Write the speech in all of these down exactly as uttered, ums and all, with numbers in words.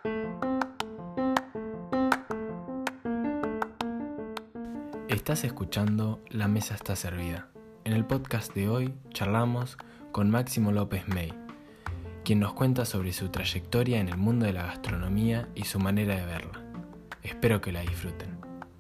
Estás escuchando La Mesa Está Servida. En el podcast de hoy charlamos con Máximo López May, quien nos cuenta sobre su trayectoria en el mundo de la gastronomía y su manera de verla. Espero que la disfruten.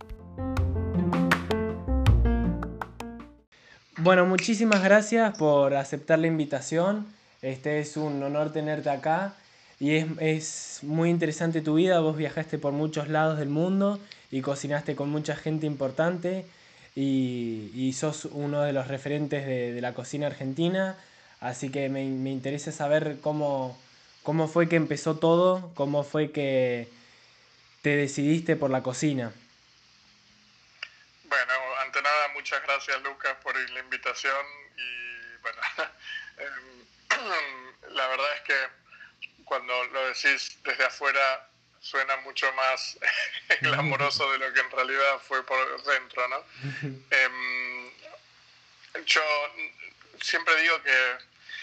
Bueno, muchísimas gracias por aceptar la invitación. Este es un honor tenerte acá y es, es muy interesante tu vida. Vos viajaste por muchos lados del mundo y cocinaste con mucha gente importante y, y sos uno de los referentes de, de la cocina argentina. Así que me, me interesa saber cómo, cómo fue que empezó todo, cómo fue que te decidiste por la cocina. Bueno, ante nada, muchas gracias Lucas por la invitación y bueno, la verdad es que cuando lo decís desde afuera suena mucho más glamoroso de lo que en realidad fue por dentro, ¿no? eh, yo siempre digo que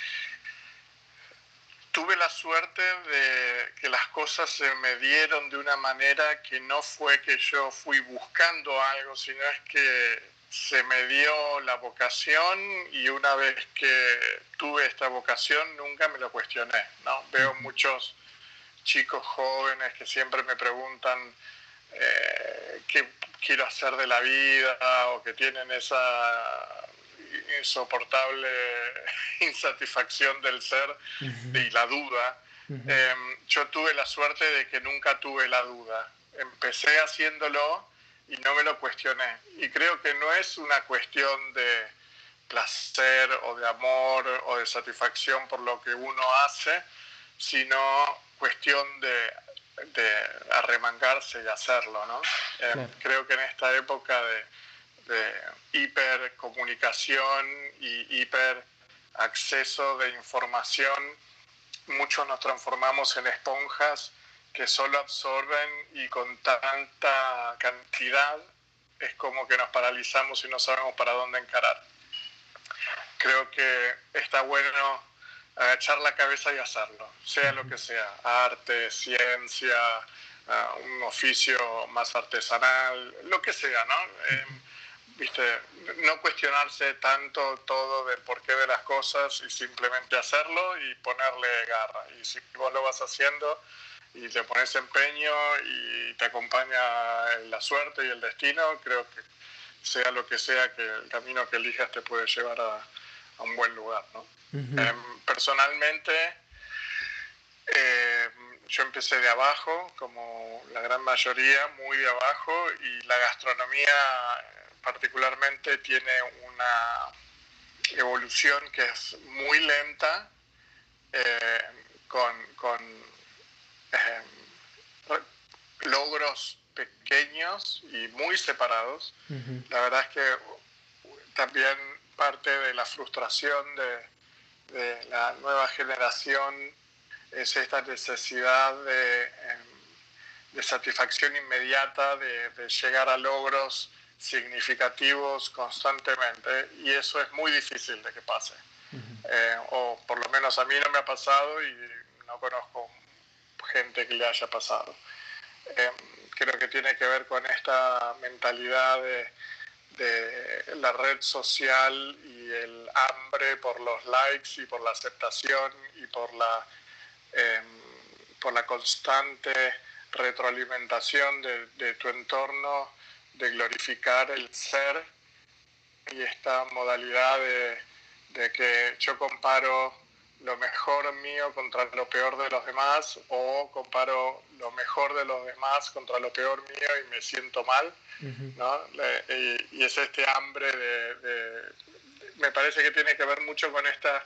tuve la suerte de que las cosas se me dieron de una manera que no fue que yo fui buscando algo, sino es que se me dio la vocación y una vez que tuve esta vocación nunca me lo cuestioné, ¿no? Veo muchos chicos jóvenes que siempre me preguntan eh, qué quiero hacer de la vida o que tienen esa insoportable insatisfacción del ser y la duda. Eh, yo tuve la suerte de que nunca tuve la duda. Empecé haciéndolo y no me lo cuestioné. Y creo que no es una cuestión de placer o de amor o de satisfacción por lo que uno hace, sino cuestión de, de arremangarse y hacerlo, ¿no? Eh, claro. Creo que en esta época de, de hipercomunicación y hiper acceso de información, muchos nos transformamos en esponjas que solo absorben y con tanta cantidad es como que nos paralizamos y no sabemos para dónde encarar. Creo que está bueno agachar la cabeza y hacerlo, sea lo que sea, arte, ciencia, uh, un oficio más artesanal, lo que sea, ¿no? Eh, ¿viste? No cuestionarse tanto todo del porqué de las cosas y simplemente hacerlo y ponerle garra. Y si vos lo vas haciendo y le pones empeño y te acompaña la suerte y el destino, creo que sea lo que sea que el camino que elijas te puede llevar a, a un buen lugar, ¿no? Uh-huh. Eh, personalmente, eh, yo empecé de abajo, como la gran mayoría, muy de abajo, y la gastronomía particularmente tiene una evolución que es muy lenta, eh, con, con eh, logros pequeños y muy separados. Uh-huh. La verdad es que también parte de la frustración de, de la nueva generación es esta necesidad de, de satisfacción inmediata, de, de llegar a logros significativos constantemente, y eso es muy difícil de que pase. Uh-huh. Eh, o por lo menos a mí no me ha pasado y no conozco gente que le haya pasado. Eh, creo que tiene que ver con esta mentalidad de, de la red social y el hambre por los likes y por la aceptación y por la, eh, por la constante retroalimentación de, de tu entorno, de glorificar el ser, y esta modalidad de, de que yo comparo lo mejor mío contra lo peor de los demás, o comparo lo mejor de los demás contra lo peor mío y me siento mal, uh-huh. ¿no? Y, y es este hambre de, de, de... Me parece que tiene que ver mucho con esta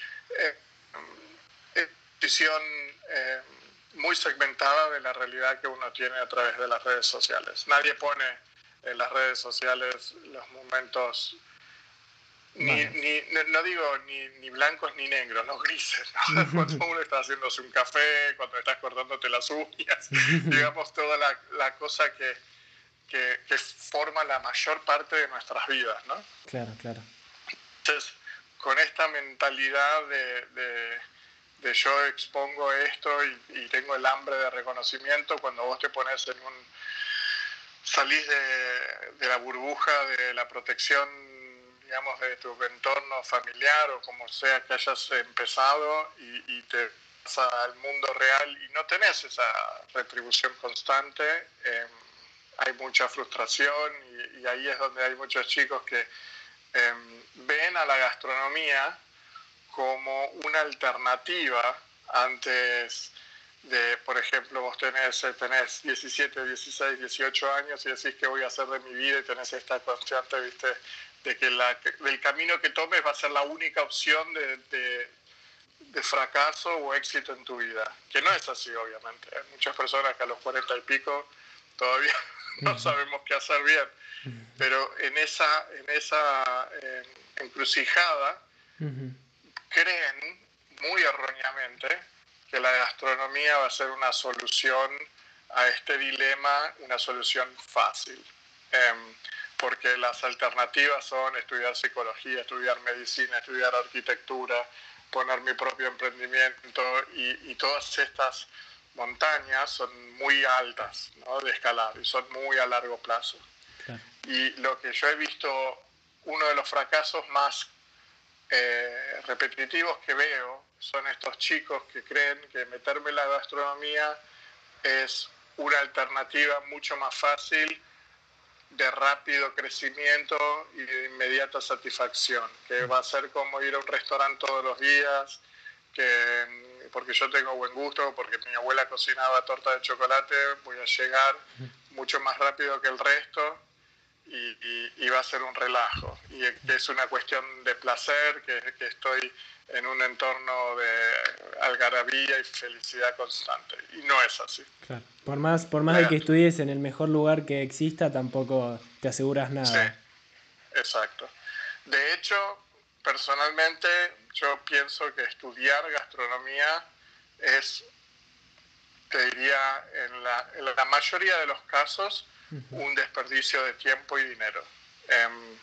eh, visión eh, muy segmentada de la realidad que uno tiene a través de las redes sociales. Nadie pone en las redes sociales los momentos... Ni, ni, no digo ni, ni blancos ni negros, no grises, ¿no? Cuando uno está haciéndose un café, cuando estás cortándote las uñas, digamos, toda la, la cosa que, que, que forma la mayor parte de nuestras vidas, ¿no? Claro, claro. Entonces, con esta mentalidad de, de, de yo expongo esto y, y tengo el hambre de reconocimiento, cuando vos te pones en un... salís de, de la burbuja de la protección, digamos, de tu entorno familiar o como sea que hayas empezado y, y te vas al mundo real y no tenés esa retribución constante, eh, hay mucha frustración y, y ahí es donde hay muchos chicos que eh, ven a la gastronomía como una alternativa antes de, por ejemplo, vos tenés, tenés diecisiete, dieciséis, dieciocho años y decís qué voy a hacer de mi vida y tenés esta constante, ¿viste?, de que la, del camino que tomes va a ser la única opción de, de, de fracaso o éxito en tu vida. Que no es así, obviamente. Hay muchas personas que a los cuarenta y pico todavía no sabemos qué hacer bien. Pero en esa, en esa eh, encrucijada creen muy erróneamente que la gastronomía va a ser una solución a este dilema, una solución fácil. Eh, porque las alternativas son estudiar psicología, estudiar medicina, estudiar arquitectura, poner mi propio emprendimiento y, y todas estas montañas son muy altas, ¿no?, de escalar y son muy a largo plazo. Claro. Y lo que yo he visto, uno de los fracasos más eh, repetitivos que veo son estos chicos que creen que meterme en la gastronomía es una alternativa mucho más fácil, de rápido crecimiento y de inmediata satisfacción, que va a ser como ir a un restaurante todos los días, que porque yo tengo buen gusto, porque mi abuela cocinaba torta de chocolate, voy a llegar mucho más rápido que el resto y, y, y va a ser un relajo. Y que es una cuestión de placer, que, que estoy en un entorno de algarabía y felicidad constante. Y no es así. Claro. Por más, por más de que estudies en el mejor lugar que exista, tampoco te aseguras nada. Sí, exacto. De hecho, personalmente, yo pienso que estudiar gastronomía es, te diría, en la, en la mayoría de los casos, uh-huh, un desperdicio de tiempo y dinero. Eh,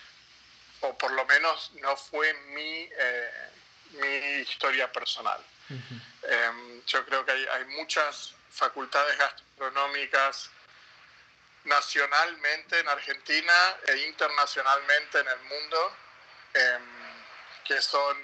o por lo menos no fue mi, eh, mi historia personal. Uh-huh. Eh, yo creo que hay, hay muchas facultades gastronómicas nacionalmente en Argentina e internacionalmente en el mundo, eh, que son,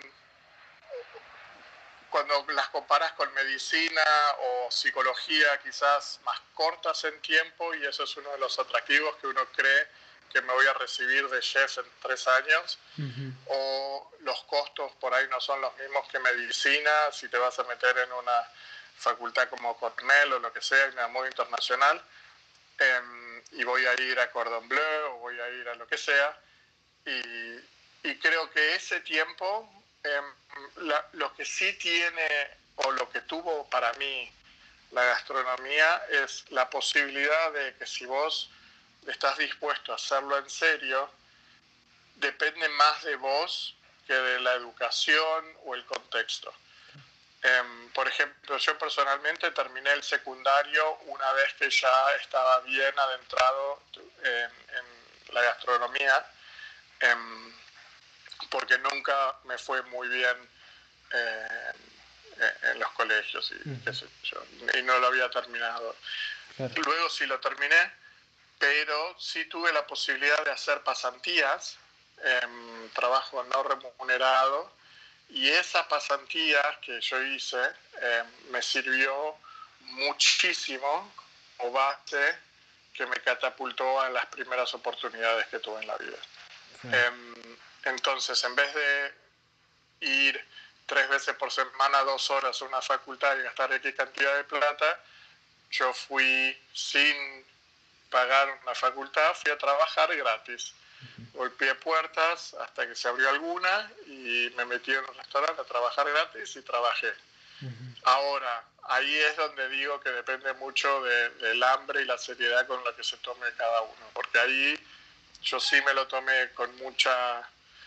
cuando las comparas con medicina o psicología, quizás más cortas en tiempo, y eso es uno de los atractivos, que uno cree que me voy a recibir de chef en tres años, uh-huh, o los costos por ahí no son los mismos que medicina, si te vas a meter en una facultad como Cornell o lo que sea, una muy internacional, eh, y voy a ir a Cordon Bleu o voy a ir a lo que sea, y, y creo que ese tiempo, eh, la, lo que sí tiene, o lo que tuvo para mí la gastronomía, es la posibilidad de que si vos estás dispuesto a hacerlo en serio, depende más de vos que de la educación o el contexto. Um, por ejemplo, yo personalmente terminé el secundario una vez que ya estaba bien adentrado en, en la gastronomía, um, porque nunca me fue muy bien eh, en los colegios y, uh-huh, qué sé yo, y no lo había terminado. Claro. Luego sí lo terminé, pero sí tuve la posibilidad de hacer pasantías, eh, trabajo no remunerado, y esa pasantía que yo hice eh, me sirvió muchísimo como base que me catapultó a las primeras oportunidades que tuve en la vida. Sí. Eh, entonces, en vez de ir tres veces por semana, dos horas a una facultad y gastar X cantidad de plata, yo fui sin pagar una facultad, fui a trabajar gratis. Golpeé puertas hasta que se abrió alguna y me metí en un restaurante a trabajar gratis y trabajé. Uh-huh. Ahora, ahí es donde digo que depende mucho de, del hambre y la seriedad con la que se tome cada uno, porque ahí yo sí me lo tomé con mucha,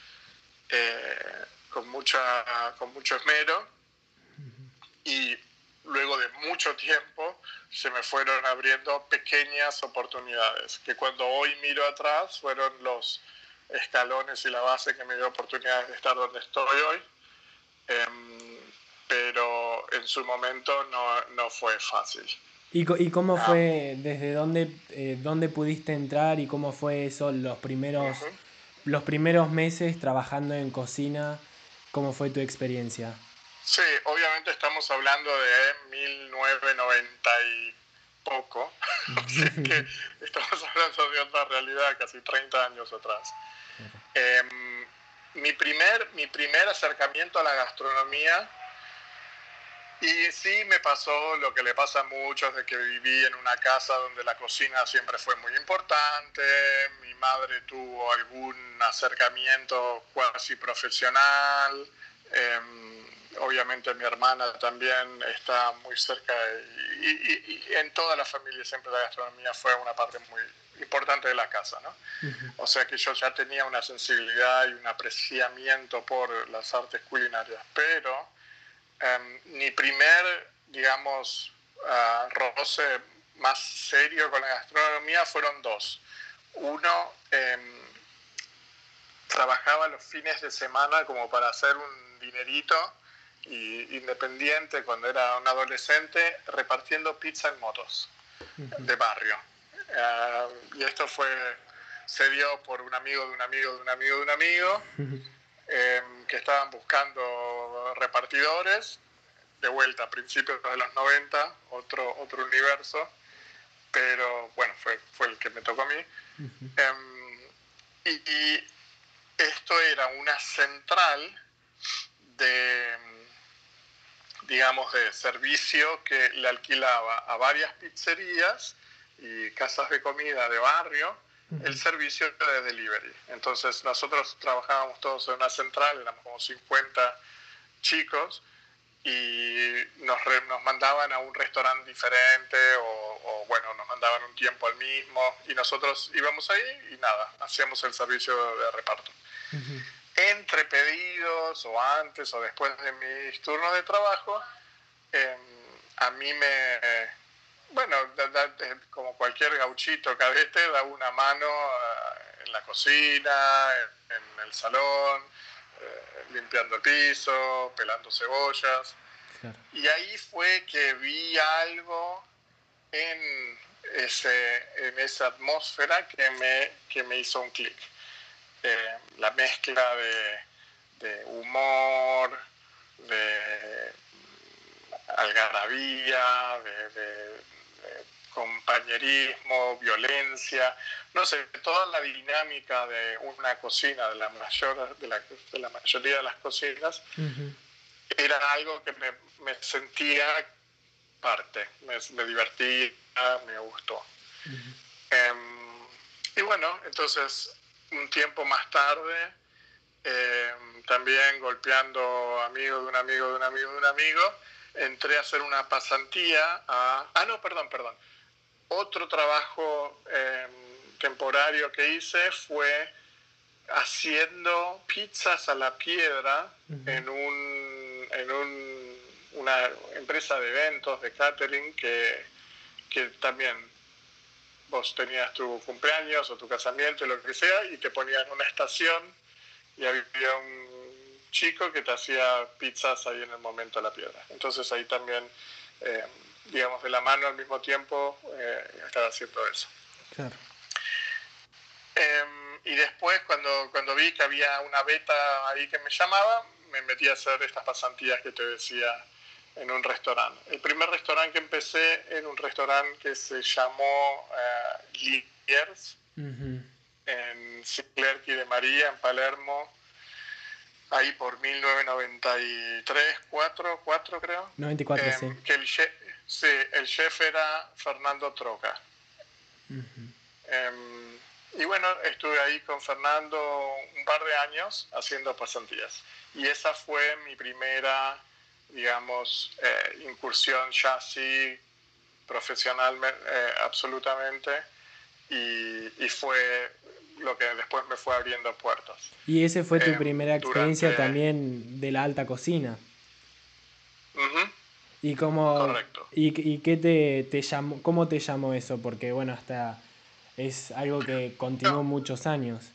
eh, con mucha, con mucho esmero, uh-huh, y luego de mucho tiempo se me fueron abriendo pequeñas oportunidades, que cuando hoy miro atrás fueron los escalones y la base que me dio oportunidades de estar donde estoy hoy. Eh, pero en su momento no, no fue fácil. ¿Y, y cómo Ah, fue, desde dónde, eh, dónde pudiste entrar y cómo fue eso los primeros, ujú. los primeros meses trabajando en cocina? ¿Cómo fue tu experiencia? Sí, obviamente estamos hablando de mil novecientos noventa y poco, así que estamos hablando de otra realidad, casi treinta años atrás. Eh, mi, primer, mi primer acercamiento a la gastronomía, y sí me pasó lo que le pasa a muchos, de que viví en una casa donde la cocina siempre fue muy importante, mi madre tuvo algún acercamiento cuasi profesional, eh, obviamente mi hermana también está muy cerca, y, y, y en toda la familia siempre la gastronomía fue una parte muy importante de la casa, ¿no? Ujú. O sea que yo ya tenía una sensibilidad y un apreciamiento por las artes culinarias, pero um, mi primer, digamos, uh, roce más serio con la gastronomía fueron dos. Uno, um, trabajaba los fines de semana como para hacer un dinerito y independiente cuando era un adolescente, repartiendo pizza en motos Ujú. de barrio. Uh, y esto fue, se dio por un amigo de un amigo de un amigo de un amigo, eh, que estaban buscando repartidores, de vuelta a principios de los noventa, otro, otro universo, pero bueno, fue, fue el que me tocó a mí. Ujú. Um, y, y esto era una central de, digamos, de servicio que le alquilaba a varias pizzerías y casas de comida de barrio el servicio de delivery. Entonces nosotros trabajábamos todos en una central, éramos como cincuenta chicos, y nos, re, nos mandaban a un restaurante diferente o, o bueno, nos mandaban un tiempo al mismo y nosotros íbamos ahí y nada, hacíamos el servicio de reparto. Ujú. Entre pedidos o antes o después de mis turnos de trabajo, eh, a mí me, bueno, da, da, como cualquier gauchito cadete, da una mano uh, en la cocina, en, en el salón, eh, limpiando el piso, pelando cebollas. Claro. Y ahí fue que vi algo en, ese, en esa atmósfera que me, que me hizo un clic. Eh, la mezcla de, de humor, de algarabía, de, de, de compañerismo, violencia, no sé, toda la dinámica de una cocina, de la, mayor, de la, de la mayoría de las cocinas, Ujú. era algo que me, me sentía parte, me, me divertía, me gustó. Ujú. Um, y bueno, entonces un tiempo más tarde, eh, también golpeando amigo de un amigo de un amigo de un amigo, entré a hacer una pasantía a... Ah, no, perdón, perdón. Otro trabajo eh, temporario que hice fue haciendo pizzas a la piedra Ujú. en, un, en un, una empresa de eventos, de catering, que, que también vos tenías tu cumpleaños o tu casamiento, lo que sea, y te ponían una estación y había un chico que te hacía pizzas ahí en el momento de la piedra. Entonces ahí también, eh, digamos, de la mano al mismo tiempo, eh, estaba haciendo eso. Claro. Eh, y después, cuando, cuando vi que había una beta ahí que me llamaba, me metí a hacer estas pasantías que te decía en un restaurante. El primer restaurante que empecé era un restaurante que se llamó uh, Liniers, Ujú. en Clerqui de María, en Palermo, ahí por mil novecientos noventa y tres, cuatro, cuatro creo. noventa y cuatro, Eh, sí. que el chef, sí, el chef era Fernando Troca. Ujú. Eh, y bueno, estuve ahí con Fernando un par de años haciendo pasantías. Y esa fue mi primera, digamos, eh, incursión ya así profesional, eh, absolutamente. Y, y fue lo que después me fue abriendo puertas. Y ese fue tu Eh, primera durante... experiencia también de la alta cocina. Uh-huh, ¿Y cómo, correcto. y, y qué te, te llamó, cómo te llamó eso? Porque bueno, hasta es algo que No, continuó muchos años.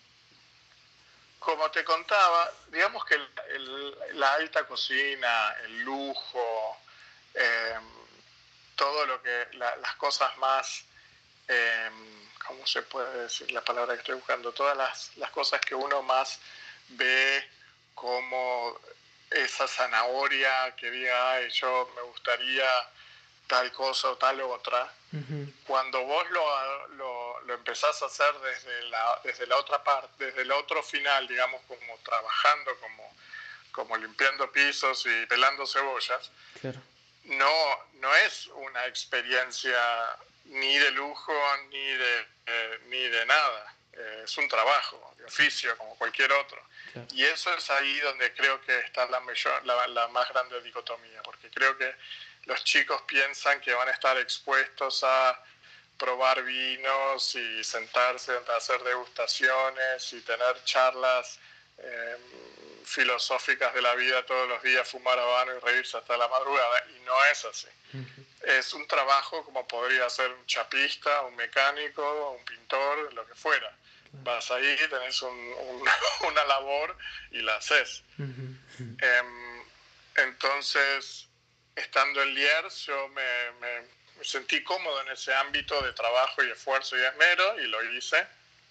como te contaba, digamos que el, el, la alta cocina, el lujo, eh, todo lo que, la, las cosas más, eh, ¿cómo se puede decir la palabra que estoy buscando? Todas las, las cosas que uno más ve como esa zanahoria que diga, ay, yo me gustaría tal cosa o tal otra. Uh-huh. Cuando vos lo, lo, lo empezás a hacer desde la, desde la otra parte, desde el otro final, digamos, como trabajando, como, como limpiando pisos y pelando cebollas, claro. no, no es una experiencia ni de lujo ni de, eh, ni de nada. Eh, es un trabajo, de oficio, como cualquier otro. Claro. Y eso es ahí donde creo que está la, mayor, la, la más grande dicotomía, porque creo que los chicos piensan que van a estar expuestos a probar vinos y sentarse a hacer degustaciones y tener charlas eh, filosóficas de la vida todos los días, fumar habano y reírse hasta la madrugada, y no es así. Uh-huh. Es un trabajo como podría ser un chapista, un mecánico, un pintor, lo que fuera. Uh-huh. Vas ahí, tenés un, un, una labor y la haces. Uh-huh. Eh, entonces, estando en Lierre, yo me, me, me sentí cómodo en ese ámbito de trabajo y esfuerzo y esmero, y lo hice.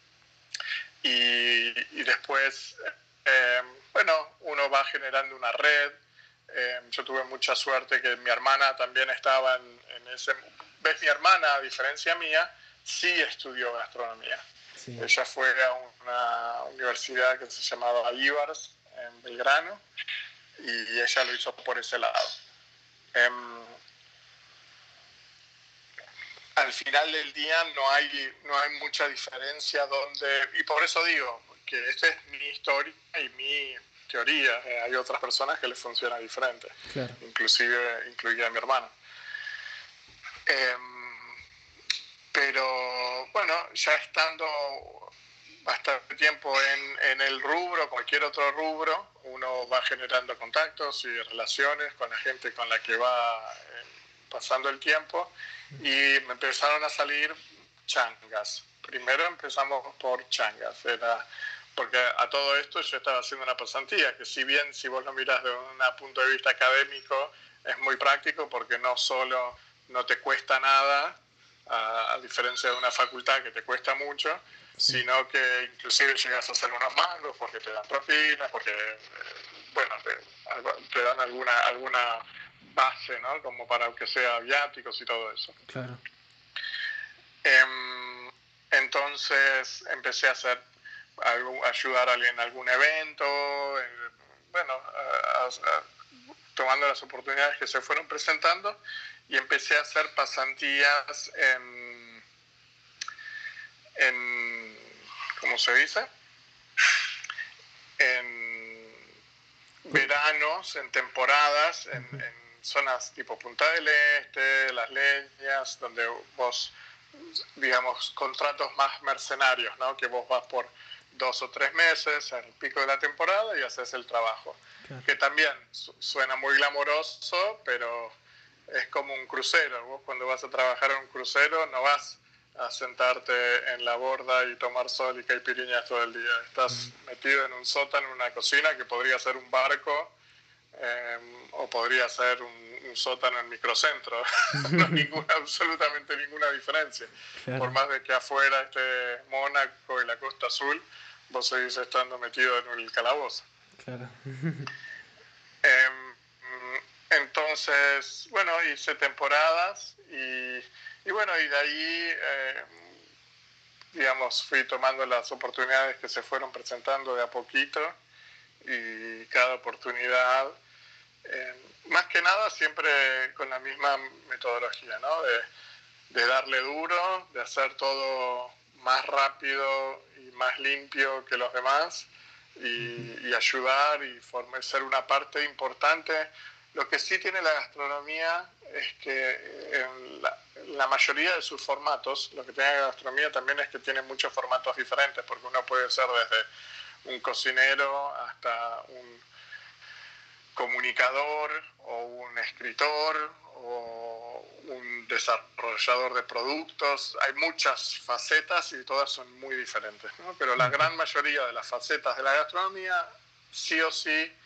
Y, y después, eh, bueno, uno va generando una red. Eh, yo tuve mucha suerte que mi hermana también estaba en, en ese... ¿Ves? Mi hermana, a diferencia mía, sí estudió gastronomía. Sí. Ella fue a una universidad que se llamaba Ibars, en Belgrano, y ella lo hizo por ese lado. Eh, al final del día no hay, no hay mucha diferencia donde... Y por eso digo que esta es mi historia y mi teoría. Eh, hay otras personas que les funciona diferente, claro. Inclusive incluida mi hermana. Eh, pero bueno, ya estando bastante tiempo en, en el rubro, cualquier otro rubro, uno va generando contactos y relaciones con la gente con la que va eh, pasando el tiempo, y me empezaron a salir changas. Primero empezamos por changas, era porque a todo esto yo estaba haciendo una pasantía, que si bien si vos lo mirás de un punto de vista académico es muy práctico, porque no solo no te cuesta nada, a, a diferencia de una facultad que te cuesta mucho, sí. Sino que inclusive llegas a hacer unos mangos porque te dan propinas, porque eh, bueno, te, te dan alguna, alguna base, ¿no? Como para que sea viáticos y todo eso. Claro. Eh, entonces empecé a hacer, a ayudar a alguien en algún evento, eh, bueno, a, a, tomando las oportunidades que se fueron presentando, y empecé a hacer pasantías en, en ¿cómo se dice? En veranos, en temporadas, en, en zonas tipo Punta del Este, Las Leñas, donde vos, digamos, contratos más mercenarios, ¿no? Que vos vas por dos o tres meses en el pico de la temporada y haces el trabajo. Claro. Que también su suena muy glamoroso, pero es como un crucero. Vos cuando vas a trabajar en un crucero no vas a sentarte en la borda y tomar sol y caipiriñas todo el día. Estás mm. metido en un sótano, en una cocina que podría ser un barco, eh, o podría ser un, un sótano en microcentro. No hay ninguna, absolutamente ninguna diferencia. Claro. Por más de que afuera esté Mónaco y la Costa Azul, vos seguís estando metido en el calabozo. Claro. eh, entonces, bueno, hice temporadas y, y bueno, y de ahí, eh, digamos, fui tomando las oportunidades que se fueron presentando de a poquito, y cada oportunidad, eh, más que nada siempre con la misma metodología, ¿no? De, de darle duro, de hacer todo más rápido y más limpio que los demás, y, y ayudar y formar, ser una parte importante. Lo que sí tiene la gastronomía es que en la, la mayoría de sus formatos, lo que tiene la gastronomía también es que tiene muchos formatos diferentes, porque uno puede ser desde un cocinero hasta un comunicador o un escritor o un desarrollador de productos. Hay muchas facetas y todas son muy diferentes, ¿no? Pero la gran mayoría de las facetas de la gastronomía sí o sí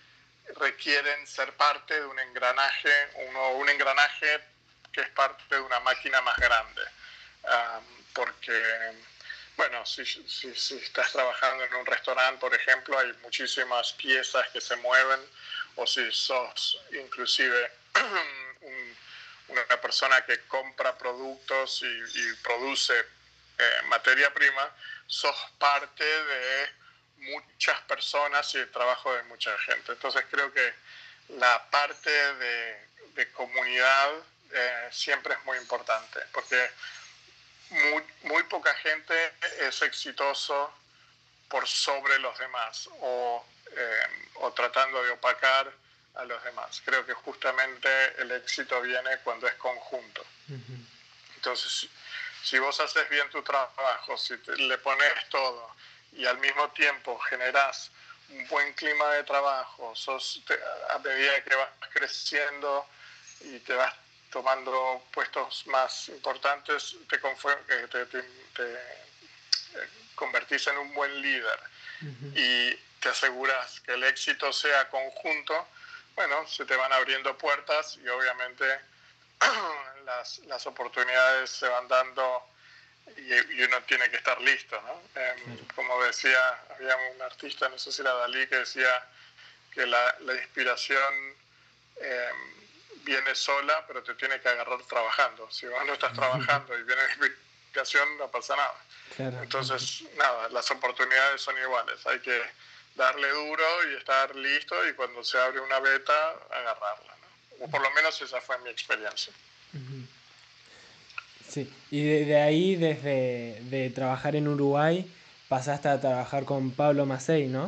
requieren ser parte de un engranaje, uno, un engranaje que es parte de una máquina más grande. Um, porque, bueno, si, si, si estás trabajando en un restaurante, por ejemplo, hay muchísimas piezas que se mueven, o si sos inclusive un, una persona que compra productos y, y produce eh, materia prima, sos parte de muchas personas y el trabajo de mucha gente. Entonces creo que la parte de, de comunidad eh, siempre es muy importante, porque muy, muy poca gente es exitoso por sobre los demás o, eh, o tratando de opacar a los demás. Creo que justamente el éxito viene cuando es conjunto. Uh-huh. Entonces, si vos haces bien tu trabajo, si te, le pones todo y al mismo tiempo generás un buen clima de trabajo, sos, te, a medida que vas creciendo y te vas tomando puestos más importantes, te, te, te, te convertís en un buen líder. Uh-huh. Y te aseguras que el éxito sea conjunto, bueno, se te van abriendo puertas y obviamente las, las oportunidades se van dando y, y uno tiene que estar listo, ¿no? Eh, claro. Como decía, había un artista, no sé si era Dalí, que decía que la, la inspiración eh, viene sola, pero te tiene que agarrar trabajando. Si vos no estás trabajando y viene la inspiración, no pasa nada. Claro. Entonces, nada, las oportunidades son iguales. Hay que darle duro y estar listo y cuando se abre una beta, agarrarla, ¿no? O por lo menos esa fue mi experiencia. Uh-huh. Sí, y de, de ahí, desde de trabajar en Uruguay, pasaste a trabajar con Pablo Mazzei, ¿no?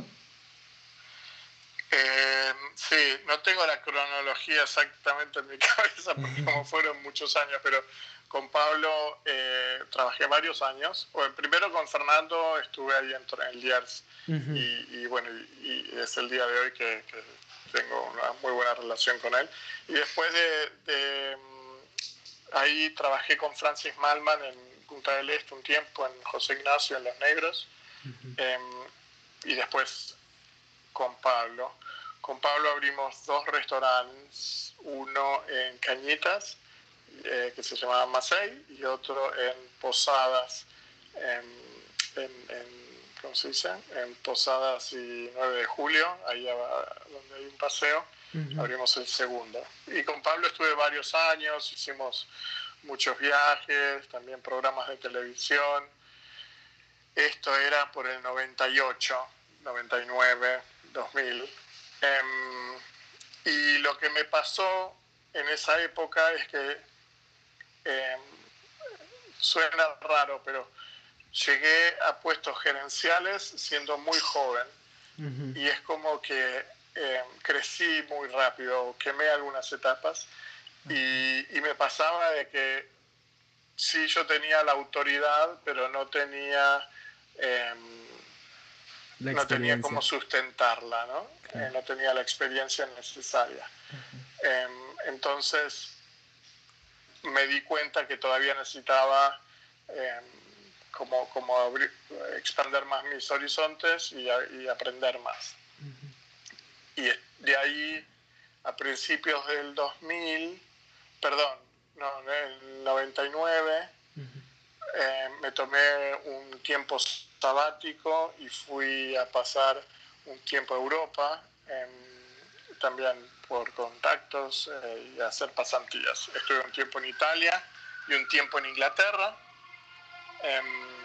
Eh, sí, no tengo la cronología exactamente en mi cabeza porque como fueron muchos años, pero con Pablo eh, trabajé varios años. Bueno, primero con Fernando estuve ahí en, en Lierz uh-huh. y, y bueno, y, y es el día de hoy que, que tengo una muy buena relación con él. Y después de, de ahí trabajé con Francis Malman en Punta del Este un tiempo, en José Ignacio, en Los Negros, uh-huh. eh, y después con Pablo. Con Pablo abrimos dos restaurantes, uno en Cañitas, eh, que se llamaba Mazzei, y otro en Posadas, en, en, en, ¿cómo se dice? En Posadas y nueve de julio, ahí donde hay un paseo, uh-huh. abrimos el segundo. Y con Pablo estuve varios años, hicimos muchos viajes, también programas de televisión. Esto era por el noventa y ocho, noventa y nueve, dos mil. Um, y lo que me pasó en esa época es que, eh, suena raro, pero llegué a puestos gerenciales siendo muy joven. Uh-huh. Y es como que eh, crecí muy rápido, quemé algunas etapas. Uh-huh. y, y me pasaba de que sí, yo tenía la autoridad, pero no tenía... Eh, no tenía cómo sustentarla, ¿no? Claro. Eh, no tenía la experiencia necesaria. Uh-huh. Eh, entonces me di cuenta que todavía necesitaba eh, como, como abrir, expandir más mis horizontes y, y aprender más. Uh-huh. Y de ahí, a principios del dos mil, perdón, no, en el noventa y nueve, uh-huh. eh, me tomé un tiempo sabático y fui a pasar un tiempo a Europa, eh, también por contactos eh, y a hacer pasantías. Estuve un tiempo en Italia y un tiempo en Inglaterra. Eh,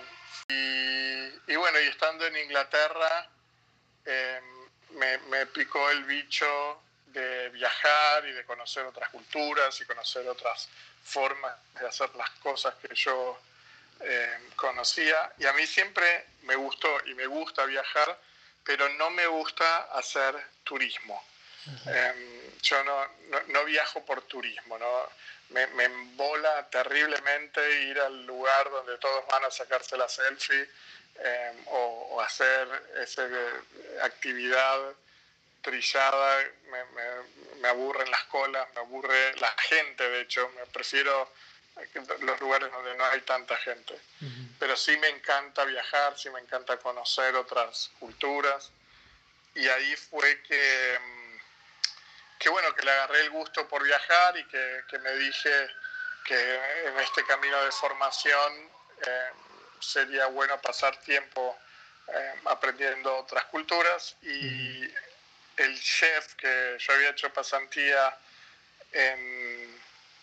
y, y bueno, y estando en Inglaterra eh, me, me picó el bicho de viajar y de conocer otras culturas y conocer otras formas de hacer las cosas que yo Eh, conocía, y a mí siempre me gustó y me gusta viajar, pero no me gusta hacer turismo. Uh-huh. eh, yo no, no, no viajo por turismo, ¿no? me, me embola terriblemente ir al lugar donde todos van a sacarse la selfie eh, o, o hacer esa actividad trillada. me, me, me aburren las colas, me aburre la gente. De hecho, me prefiero los lugares donde no hay tanta gente. Uh-huh. Pero sí me encanta viajar, sí me encanta conocer otras culturas. Y ahí fue que que bueno, que le agarré el gusto por viajar y que, que me dije que en este camino de formación eh, sería bueno pasar tiempo eh, aprendiendo otras culturas y uh-huh. el chef que yo había hecho pasantía en,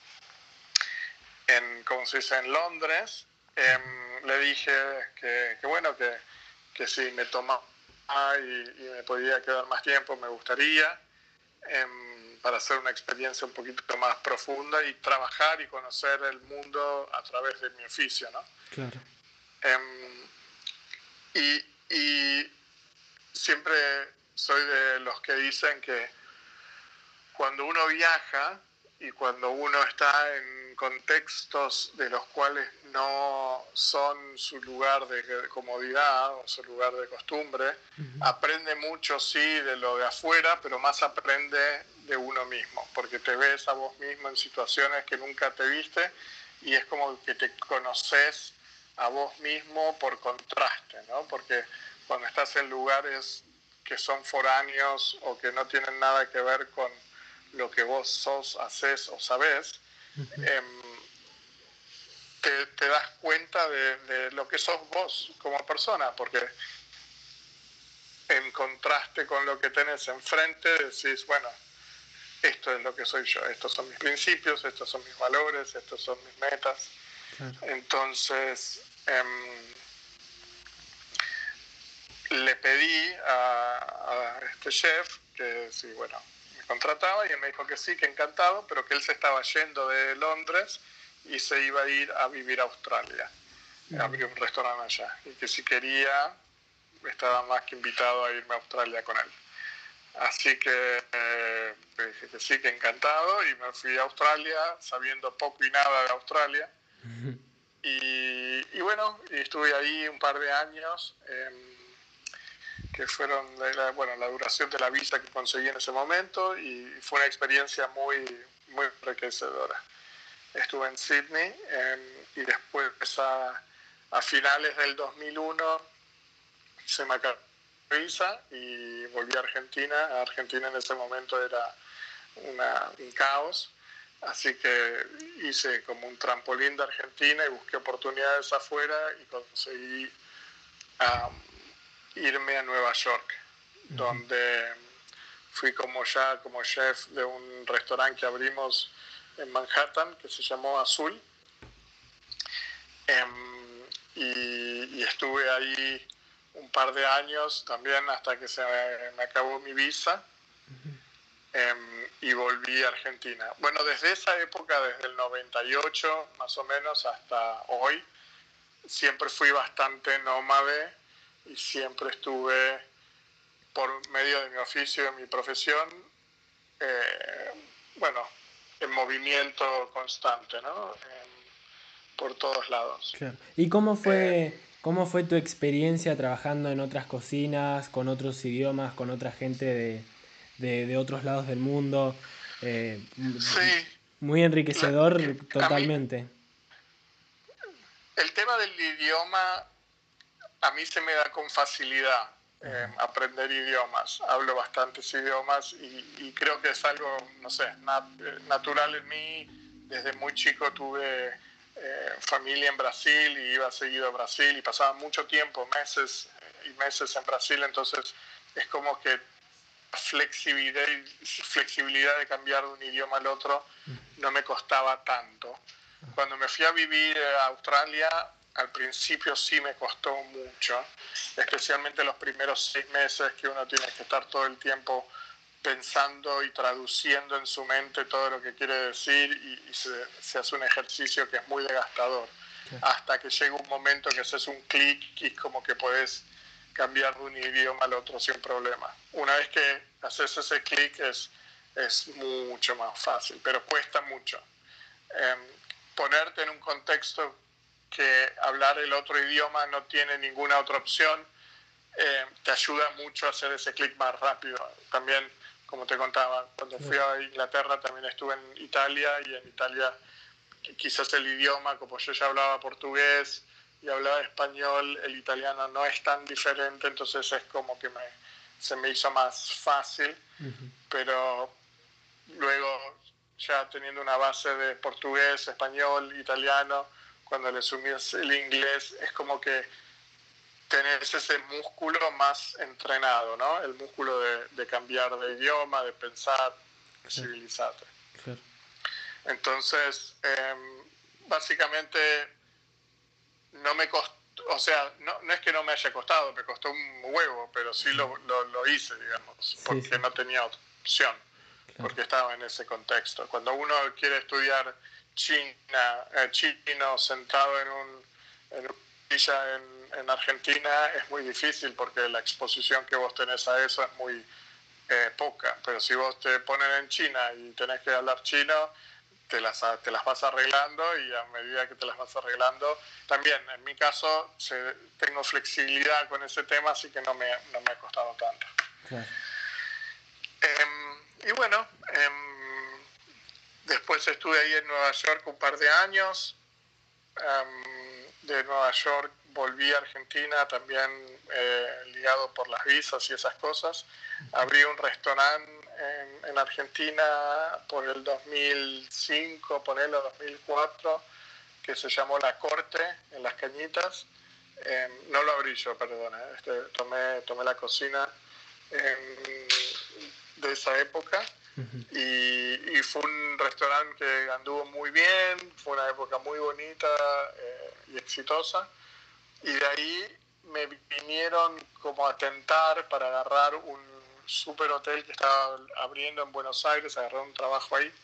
en ¿cómo se dice?, en Londres, eh, le dije que, que bueno, que, que si me tomaba y, y me podía quedar más tiempo, me gustaría, eh, para hacer una experiencia un poquito más profunda y trabajar y conocer el mundo a través de mi oficio, ¿no? Claro. Eh, y, y siempre soy de los que dicen que cuando uno viaja y cuando uno está en contextos de los cuales no son su lugar de comodidad o su lugar de costumbre, uh-huh. aprende mucho, sí, de lo de afuera, pero más aprende de uno mismo, porque te ves a vos mismo en situaciones que nunca te viste y es como que te conoces a vos mismo por contraste, ¿no? Porque cuando estás en lugares que son foráneos o que no tienen nada que ver con lo que vos sos, haces o sabés, uh-huh. eh, te, te das cuenta de, de lo que sos vos como persona, porque en contraste con lo que tenés enfrente decís, bueno, esto es lo que soy yo, estos son mis principios, estos son mis valores, estos son mis metas. Claro. Entonces, eh, le pedí a, a este chef que sí, bueno, contrataba y él me dijo que sí, que encantado, pero que él se estaba yendo de Londres y se iba a ir a vivir a Australia, mm. abrió un restaurante allá y que si quería estaba más que invitado a irme a Australia con él. Así que eh, dije que sí, que encantado y me fui a Australia sabiendo poco y nada de Australia. Uh-huh. y, y bueno, y estuve ahí un par de años. Eh, que fueron la, bueno, la duración de la visa que conseguí en ese momento y fue una experiencia muy, muy enriquecedora. Estuve en Sydney eh, y después a, a finales del dos mil uno se me acabó la visa y volví a Argentina. Argentina en ese momento era una, un caos, así que hice como un trampolín de Argentina y busqué oportunidades afuera y conseguí um, irme a Nueva York, uh-huh. donde fui como ya como chef de un restaurante que abrimos en Manhattan que se llamó Azul, um, y, y estuve ahí un par de años también hasta que se me, me acabó mi visa, uh-huh. um, y volví a Argentina. Bueno, desde esa época, desde el noventa y ocho más o menos hasta hoy, siempre fui bastante nómade y siempre estuve por medio de mi oficio, de mi profesión, eh, bueno, en movimiento constante, ¿no? En, por todos lados. Claro. ¿Y cómo fue, eh, cómo fue tu experiencia trabajando en otras cocinas, con otros idiomas, con otra gente de, de, de otros lados del mundo? Eh, sí. Muy enriquecedor La, totalmente. Mí, el tema del idioma a mí se me da con facilidad. Eh, aprender idiomas, hablo bastantes idiomas y, y creo que es algo, no sé, nat natural en mí. Desde muy chico tuve eh, familia en Brasil y iba seguido a Brasil y pasaba mucho tiempo, meses y meses en Brasil, entonces es como que flexibilidad, flexibilidad de cambiar de un idioma al otro no me costaba tanto. Cuando me fui a vivir a Australia, al principio sí me costó mucho, especialmente los primeros seis meses que uno tiene que estar todo el tiempo pensando y traduciendo en su mente todo lo que quiere decir y, y se, se hace un ejercicio que es muy desgastador. Okay. Hasta que llega un momento que haces un clic y como que podés cambiar de un idioma al otro sin problema. Una vez que haces ese clic es, es mucho más fácil, pero cuesta mucho. Eh, ponerte en un contexto que hablar el otro idioma no tiene ninguna otra opción, eh, te ayuda mucho a hacer ese clic más rápido. También, como te contaba, cuando fui a Inglaterra también estuve en Italia y en Italia quizás el idioma, como yo ya hablaba portugués y hablaba español, el italiano no es tan diferente, entonces es como que me, se me hizo más fácil, uh-huh. pero luego ya teniendo una base de portugués, español, italiano, cuando le sumís el inglés, es como que tenés ese músculo más entrenado, ¿no? El músculo de, de cambiar de idioma, de pensar, de Claro, civilizarte. claro. Entonces, eh, básicamente, no me costó, o sea, no, no es que no me haya costado, me costó un huevo, pero sí lo, lo, lo hice, digamos, porque Sí, sí, no tenía opción, claro. porque estaba en ese contexto. Cuando uno quiere estudiar China, eh, chino sentado en un en una silla en, en Argentina, es muy difícil porque la exposición que vos tenés a eso es muy eh, poca. Pero si vos te ponen en China y tenés que hablar chino, te las, te las vas arreglando, y a medida que te las vas arreglando, también en mi caso se, tengo flexibilidad con ese tema, así que no me, no me ha costado tanto. Claro. Eh, y bueno, eh, después estuve ahí en Nueva York un par de años. Um, de Nueva York volví a Argentina también, eh, ligado por las visas y esas cosas. Abrí un restaurante en, en Argentina por el dos mil cinco, ponelo dos mil cuatro, que se llamó La Corte, en Las Cañitas. Eh, no lo abrí yo, perdona, este, tomé, tomé la cocina eh, de esa época. Uh-huh. Y, y fue un restaurante que anduvo muy bien, fue una época muy bonita eh, y exitosa. Y de ahí me vinieron como a tentar para agarrar un super hotel que estaba abriendo en Buenos Aires, agarré un trabajo ahí.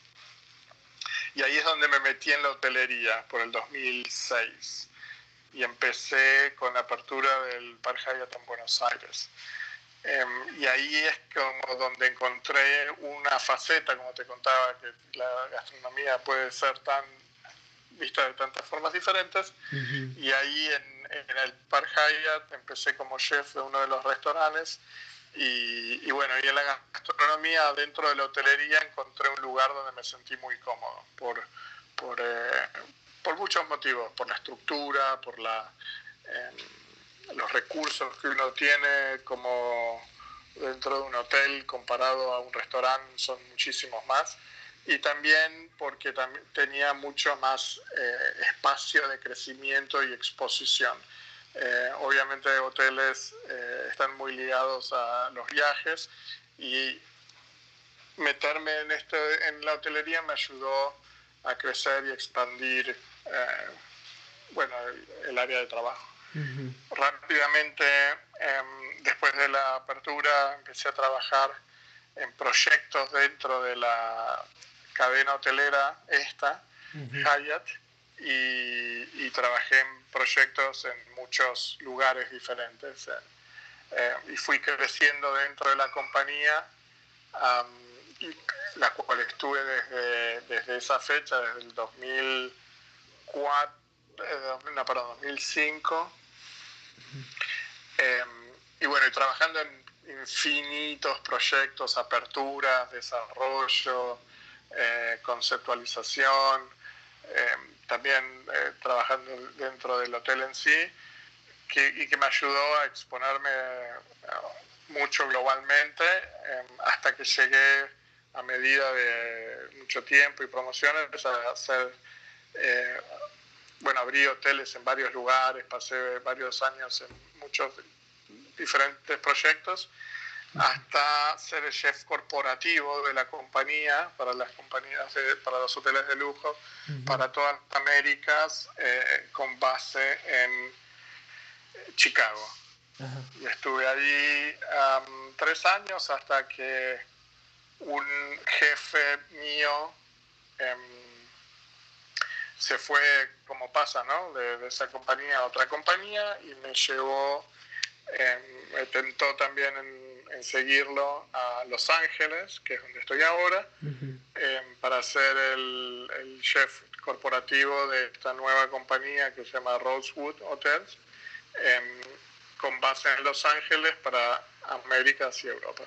Y ahí es donde me metí en la hotelería por el dos mil seis. Y empecé con la apertura del Park Hyatt en Buenos Aires. Eh, y ahí es como donde encontré una faceta, como te contaba, que la gastronomía puede ser tan vista de tantas formas diferentes. Uh-huh. Y ahí en, en el Park Hyatt empecé como chef de uno de los restaurantes. Y, y bueno, y en la gastronomía, dentro de la hotelería, encontré un lugar donde me sentí muy cómodo, por, por, eh, por muchos motivos, por la estructura, por la... Eh, los recursos que uno tiene como dentro de un hotel comparado a un restaurante son muchísimos más, y también porque también tenía mucho más eh, espacio de crecimiento y exposición. Eh, obviamente hoteles eh, están muy ligados a los viajes, y meterme en, este, en la hotelería me ayudó a crecer y expandir eh, bueno, el, el área de trabajo. Uh-huh. Rápidamente, eh, después de la apertura, empecé a trabajar en proyectos dentro de la cadena hotelera esta, uh-huh. Hyatt, y, y trabajé en proyectos en muchos lugares diferentes. Eh, eh, y fui creciendo dentro de la compañía, um, y la cual estuve desde, desde esa fecha, desde el dos mil cuatro, eh, no, perdón, dos mil cinco. Eh, y bueno, y trabajando en infinitos proyectos, aperturas, desarrollo, eh, conceptualización, eh, también eh, trabajando dentro del hotel en sí, que, y que me ayudó a exponerme eh, mucho globalmente, eh, hasta que llegué, a medida de mucho tiempo y promociones, a hacer... Eh, bueno, abrí hoteles en varios lugares, pasé varios años en muchos diferentes proyectos, hasta ser el chef corporativo de la compañía, para las compañías, de, para los hoteles de lujo, uh-huh. para todas las Américas, eh, con base en Chicago. Uh-huh. Y estuve ahí um, tres años hasta que un jefe mío um, se fue, como pasa, ¿no? De, de esa compañía a otra compañía, y me llevó, eh, me tentó también en, en seguirlo a Los Ángeles, que es donde estoy ahora, uh-huh. eh, para ser el, el chef corporativo de esta nueva compañía que se llama Rosewood Hotels, eh, con base en Los Ángeles para Américas y Europa.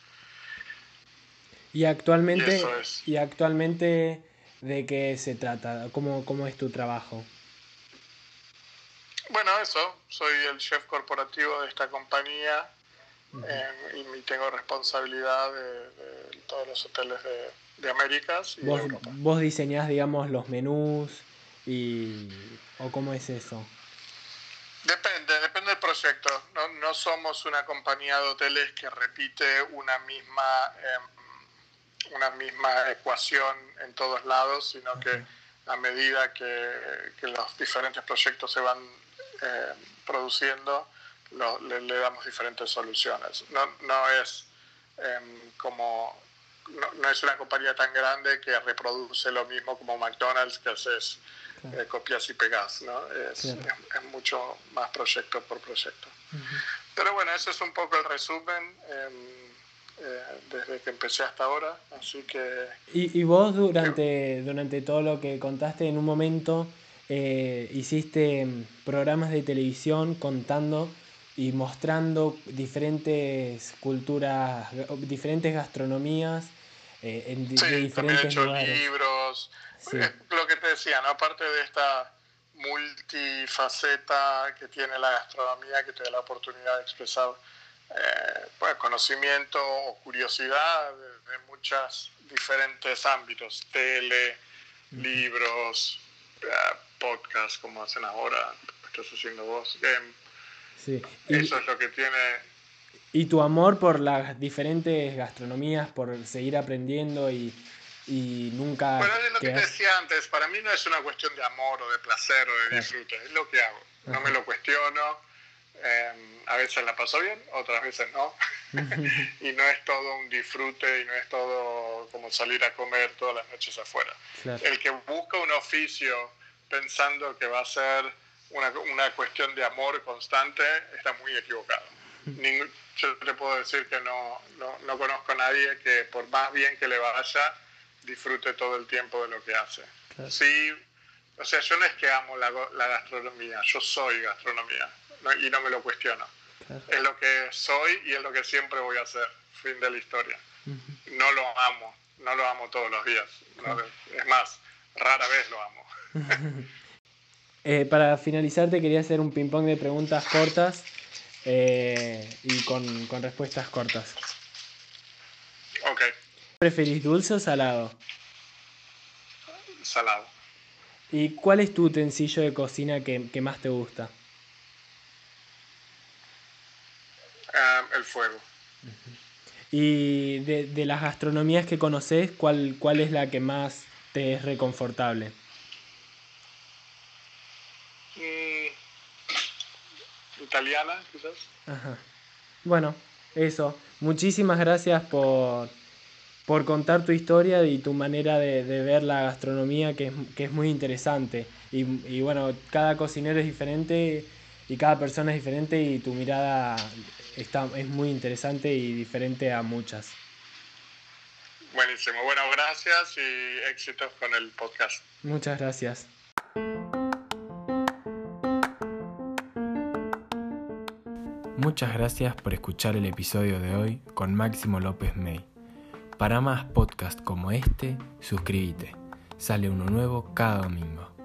Y actualmente, y eso es. y actualmente ¿de qué se trata? ¿Cómo, cómo es tu trabajo? Bueno, eso, soy el chef corporativo de esta compañía, uh-huh. eh, y tengo responsabilidad de, de todos los hoteles de, de Américas y ¿Vos, de Europa. vos diseñás, digamos, los menús y o cómo es eso? Depende, depende del proyecto. No, no somos una compañía de hoteles que repite una misma, eh, una misma ecuación en todos lados, sino Ajá. que a medida que, que los diferentes proyectos se van eh, produciendo, lo, le, le damos diferentes soluciones. No, no es eh, como no, no es una compañía tan grande que reproduce lo mismo como McDonald's, que haces claro. eh, copias y pegas, ¿no? Es, claro. es, es mucho más proyecto por proyecto. Uh-huh. Pero bueno, ese es un poco el resumen eh, eh, desde que empecé hasta ahora, así que... ¿Y, y vos durante, durante todo lo que contaste, en un momento eh, hiciste programas de televisión contando y mostrando diferentes culturas, diferentes gastronomías eh, en sí, de diferentes he hecho lugares? libros, sí. Es lo que te decía, ¿no? Aparte de esta multifaceta que tiene la gastronomía, que te da la oportunidad de expresar eh, pues, conocimiento o curiosidad de, de muchos diferentes ámbitos, tele, uh-huh. libros, uh, podcast, como hacen ahora, estás haciendo vos. Eh, sí. Eso y, es lo que tiene... Y tu amor por las diferentes gastronomías, por seguir aprendiendo y, y nunca... Bueno, es lo que te decía antes, para mí no es una cuestión de amor o de placer o de claro. disfrute, es lo que hago, no Ajá. me lo cuestiono, eh, a veces la paso bien, otras veces no, y no es todo un disfrute y no es todo como salir a comer todas las noches afuera. Claro. El que busca un oficio pensando que va a ser una, una cuestión de amor constante está muy equivocado. Ningún, yo te puedo decir que no, no, no conozco a nadie que por más bien que le vaya, disfrute todo el tiempo de lo que hace. Claro. Sí, o sea, yo no es que amo la, la gastronomía, yo soy gastronomía, ¿no? Y no me lo cuestiono. Claro. Es lo que soy y es lo que siempre voy a hacer, fin de la historia. Uh-huh. No lo amo, no lo amo todos los días, claro. ¿no? Es más, rara vez lo amo. eh, para finalizar te quería hacer un ping-pong de preguntas cortas eh, y con, con respuestas cortas. Ok. ¿Preferís dulce o salado? Salado. ¿Y cuál es tu utensilio de cocina que, que más te gusta? Uh, el fuego. Uh-huh. Y de, de las gastronomías que conoces, ¿cuál, cuál es la que más te es reconfortable? Mm, italiana, quizás. Ajá. Bueno, eso. Muchísimas gracias por... por contar tu historia y tu manera de, de ver la gastronomía, que es, que es muy interesante. Y, y bueno, cada cocinero es diferente y cada persona es diferente y tu mirada está, es muy interesante y diferente a muchas. Buenísimo. Bueno, gracias y éxitos con el podcast. Muchas gracias. Muchas gracias por escuchar el episodio de hoy con Máximo López May. Para más podcasts como este, suscríbete. Sale uno nuevo cada domingo.